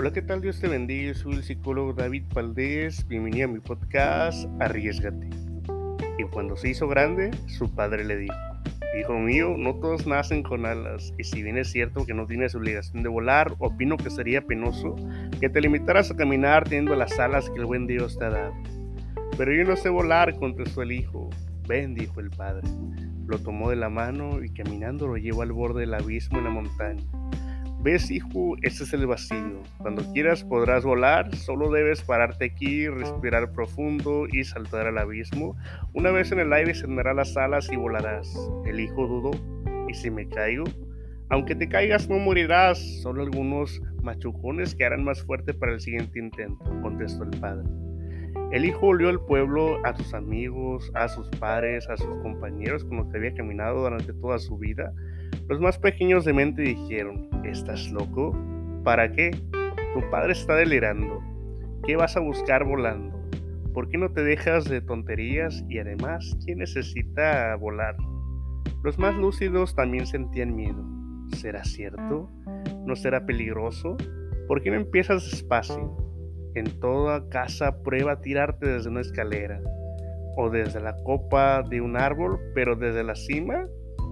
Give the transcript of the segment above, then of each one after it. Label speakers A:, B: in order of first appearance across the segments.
A: Hola, ¿qué tal? Dios te bendiga. Yo soy el psicólogo David Valdés. Bienvenido a mi podcast Arriésgate. Y cuando se hizo grande, su padre le dijo: Hijo mío, no todos nacen con alas, y si bien es cierto que no tienes obligación de volar, opino que sería penoso que te limitaras a caminar teniendo las alas que el buen Dios te ha dado. Pero yo no sé volar, contestó el hijo. Ven, dijo el padre. Lo tomó de la mano y caminando lo llevó al borde del abismo en la montaña. ¿Ves, hijo? Este es el vacío. Cuando quieras podrás volar, solo debes pararte aquí, respirar profundo y saltar al abismo. Una vez en el aire extenderás las alas y volarás. El hijo dudó: ¿y si me caigo? Aunque te caigas no morirás, solo algunos machucones que harán más fuerte para el siguiente intento, contestó el padre. El hijo volvió al pueblo, a sus amigos, a sus pares, a sus compañeros con los que había caminado durante toda su vida. Los más pequeños de mente dijeron: ¿Estás loco? ¿Para qué? Tu padre está delirando. ¿Qué vas a buscar volando? ¿Por qué no te dejas de tonterías? Y además, ¿quién necesita volar? Los más lúcidos también sentían miedo. ¿Será cierto? ¿No será peligroso? ¿Por qué no empiezas despacio? En toda casa prueba a tirarte desde una escalera o desde la copa de un árbol, pero desde la cima.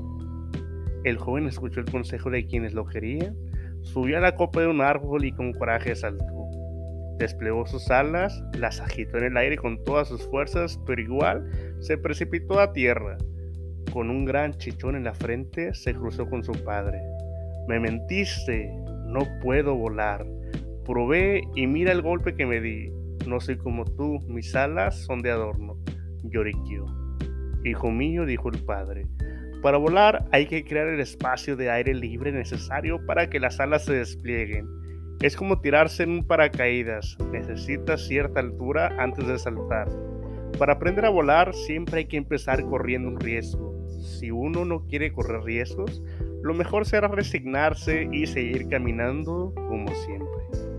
A: El joven escuchó el consejo de quienes lo querían, subió a la copa de un árbol y con coraje saltó. Desplegó sus alas, las agitó en el aire con todas sus fuerzas, pero igual se precipitó a tierra. Con un gran chichón en la frente, se cruzó con su padre. Me mentiste, no puedo volar. Probé y mira el golpe que me di. No soy como tú, mis alas son de adorno. Lloriqueó. Hijo mío, dijo el padre, para volar hay que crear el espacio de aire libre necesario para que las alas se desplieguen. Es como tirarse en un paracaídas, necesitas cierta altura antes de saltar. Para aprender a volar siempre hay que empezar corriendo un riesgo. Si uno no quiere correr riesgos, lo mejor será resignarse y seguir caminando como siempre.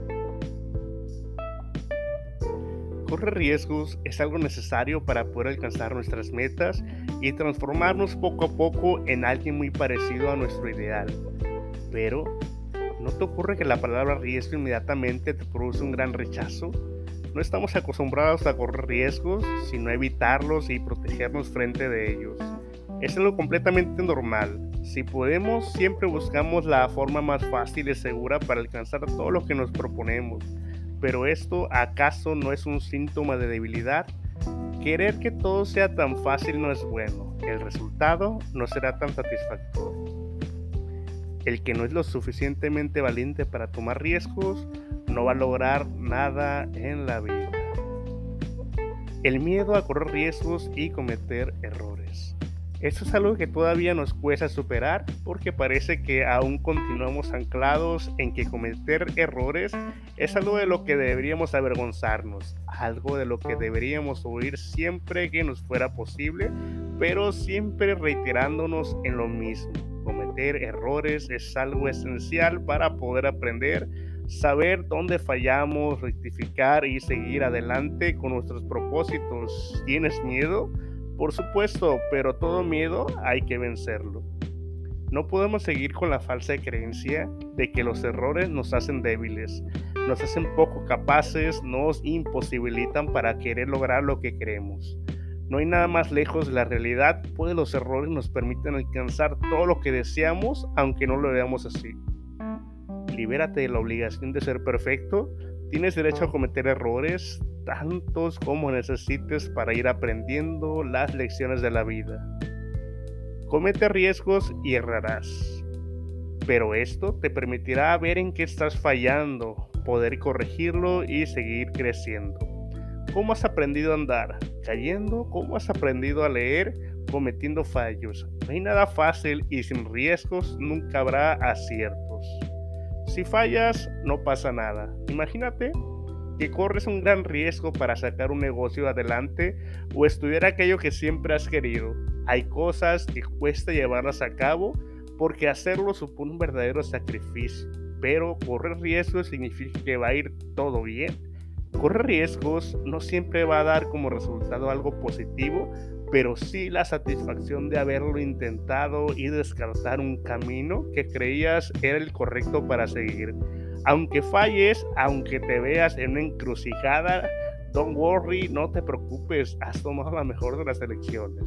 A: Correr riesgos es algo necesario para poder alcanzar nuestras metas y transformarnos poco a poco en alguien muy parecido a nuestro ideal. Pero, ¿no te ocurre que la palabra riesgo inmediatamente te produce un gran rechazo? No estamos acostumbrados a correr riesgos, sino a evitarlos y protegernos frente de ellos. Es algo completamente normal. Si podemos, siempre buscamos la forma más fácil y segura para alcanzar todo lo que nos proponemos. Pero esto, ¿acaso no es un síntoma de debilidad? Querer que todo sea tan fácil no es bueno. El resultado no será tan satisfactorio. El que no es lo suficientemente valiente para tomar riesgos no va a lograr nada en la vida. El miedo a correr riesgos y cometer errores. Esto es algo que todavía nos cuesta superar porque parece que aún continuamos anclados en que cometer errores es algo de lo que deberíamos avergonzarnos, algo de lo que deberíamos huir siempre que nos fuera posible, pero siempre reiterándonos en lo mismo. Cometer errores es algo esencial para poder aprender, saber dónde fallamos, rectificar y seguir adelante con nuestros propósitos. ¿Tienes miedo? Por supuesto, pero todo miedo hay que vencerlo. No podemos seguir con la falsa creencia de que los errores nos hacen débiles, nos hacen poco capaces, nos imposibilitan para querer lograr lo que queremos. No hay nada más lejos de la realidad, pues los errores nos permiten alcanzar todo lo que deseamos, aunque no lo veamos así. Libérate de la obligación de ser perfecto. Tienes derecho a cometer errores, tantos como necesites para ir aprendiendo las lecciones de la vida. Comete riesgos y errarás, pero esto te permitirá ver en qué estás fallando, poder corregirlo y seguir creciendo. ¿Cómo has aprendido a andar? ¿Cayendo? ¿Cómo has aprendido a leer? Cometiendo fallos. No hay nada fácil y sin riesgos nunca habrá aciertos. Si fallas, no pasa nada. Imagínate que corres un gran riesgo para sacar un negocio adelante o estudiar aquello que siempre has querido. Hay cosas que cuesta llevarlas a cabo porque hacerlo supone un verdadero sacrificio, pero correr riesgos significa que va a ir todo bien. Correr riesgos no siempre va a dar como resultado algo positivo, pero sí la satisfacción de haberlo intentado y descartar un camino que creías era el correcto para seguir. Aunque falles, aunque te veas en una encrucijada, don't worry, no te preocupes, has tomado la mejor de las elecciones.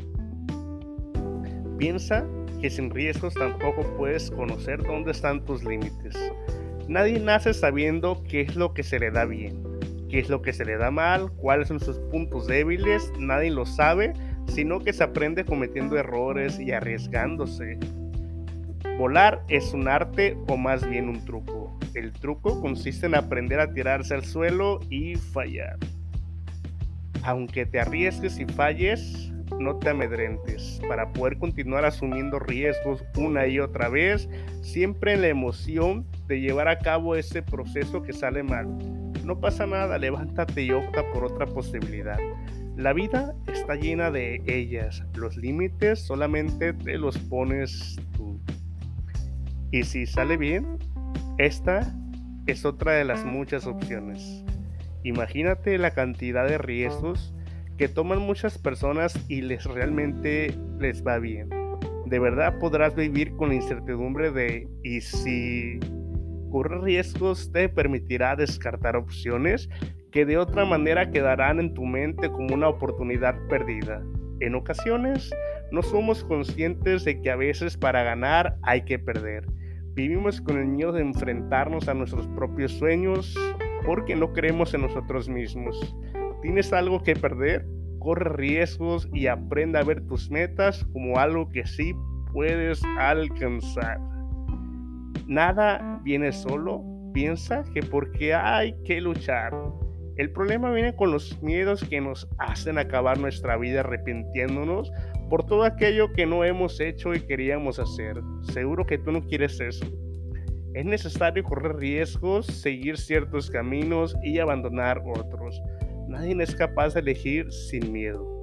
A: Piensa que sin riesgos tampoco puedes conocer dónde están tus límites. Nadie nace sabiendo qué es lo que se le da bien, qué es lo que se le da mal, cuáles son sus puntos débiles, nadie lo sabe, sino que se aprende cometiendo errores y arriesgándose. Volar es un arte o más bien un truco. El truco consiste en aprender a tirarse al suelo y fallar. Aunque te arriesgues y falles, no te amedrentes. Para poder continuar asumiendo riesgos una y otra vez, siempre en la emoción de llevar a cabo ese proceso que sale mal. No pasa nada, levántate y opta por otra posibilidad. La vida está llena de ellas. Los límites solamente te los pones tú. Y si sale bien, esta es otra de las muchas opciones. Imagínate la cantidad de riesgos que toman muchas personas y realmente les va bien. De verdad podrás vivir con la incertidumbre de ¿y si correr riesgos te permitirá descartar opciones que de otra manera quedarán en tu mente como una oportunidad perdida? En ocasiones no somos conscientes de que a veces para ganar hay que perder. Vivimos con el miedo de enfrentarnos a nuestros propios sueños porque no creemos en nosotros mismos. ¿Tienes algo que perder? Corre riesgos y aprende a ver tus metas como algo que sí puedes alcanzar. Nada viene solo. Piensa que porque hay que luchar. El problema viene con los miedos que nos hacen acabar nuestra vida arrepintiéndonos por todo aquello que no hemos hecho y queríamos hacer. Seguro que tú no quieres eso. Es necesario correr riesgos, seguir ciertos caminos y abandonar otros. Nadie es capaz de elegir sin miedo.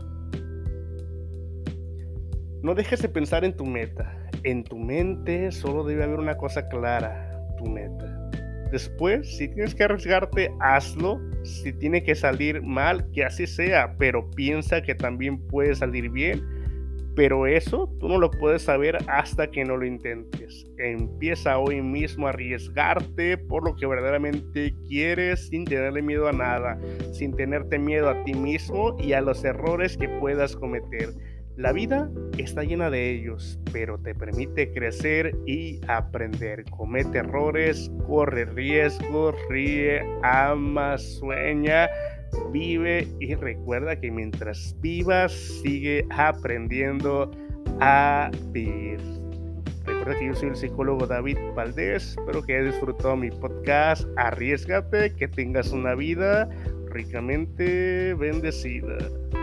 A: No dejes de pensar en tu meta. En tu mente solo debe haber una cosa clara, tu meta. Después, si tienes que arriesgarte, hazlo. Si tiene que salir mal, que así sea, pero piensa que también puede salir bien. Pero eso tú no lo puedes saber hasta que no lo intentes. Empieza hoy mismo a arriesgarte por lo que verdaderamente quieres sin tenerle miedo a nada, sin tenerte miedo a ti mismo y a los errores que puedas cometer. La vida está llena de ellos, pero te permite crecer y aprender. Comete errores, corre riesgos, ríe, ama, sueña, vive y recuerda que mientras vivas sigue aprendiendo a vivir. Recuerda que yo soy el psicólogo David Valdés. Espero que hayas disfrutado mi podcast. Arriésgate, que tengas una vida ricamente bendecida.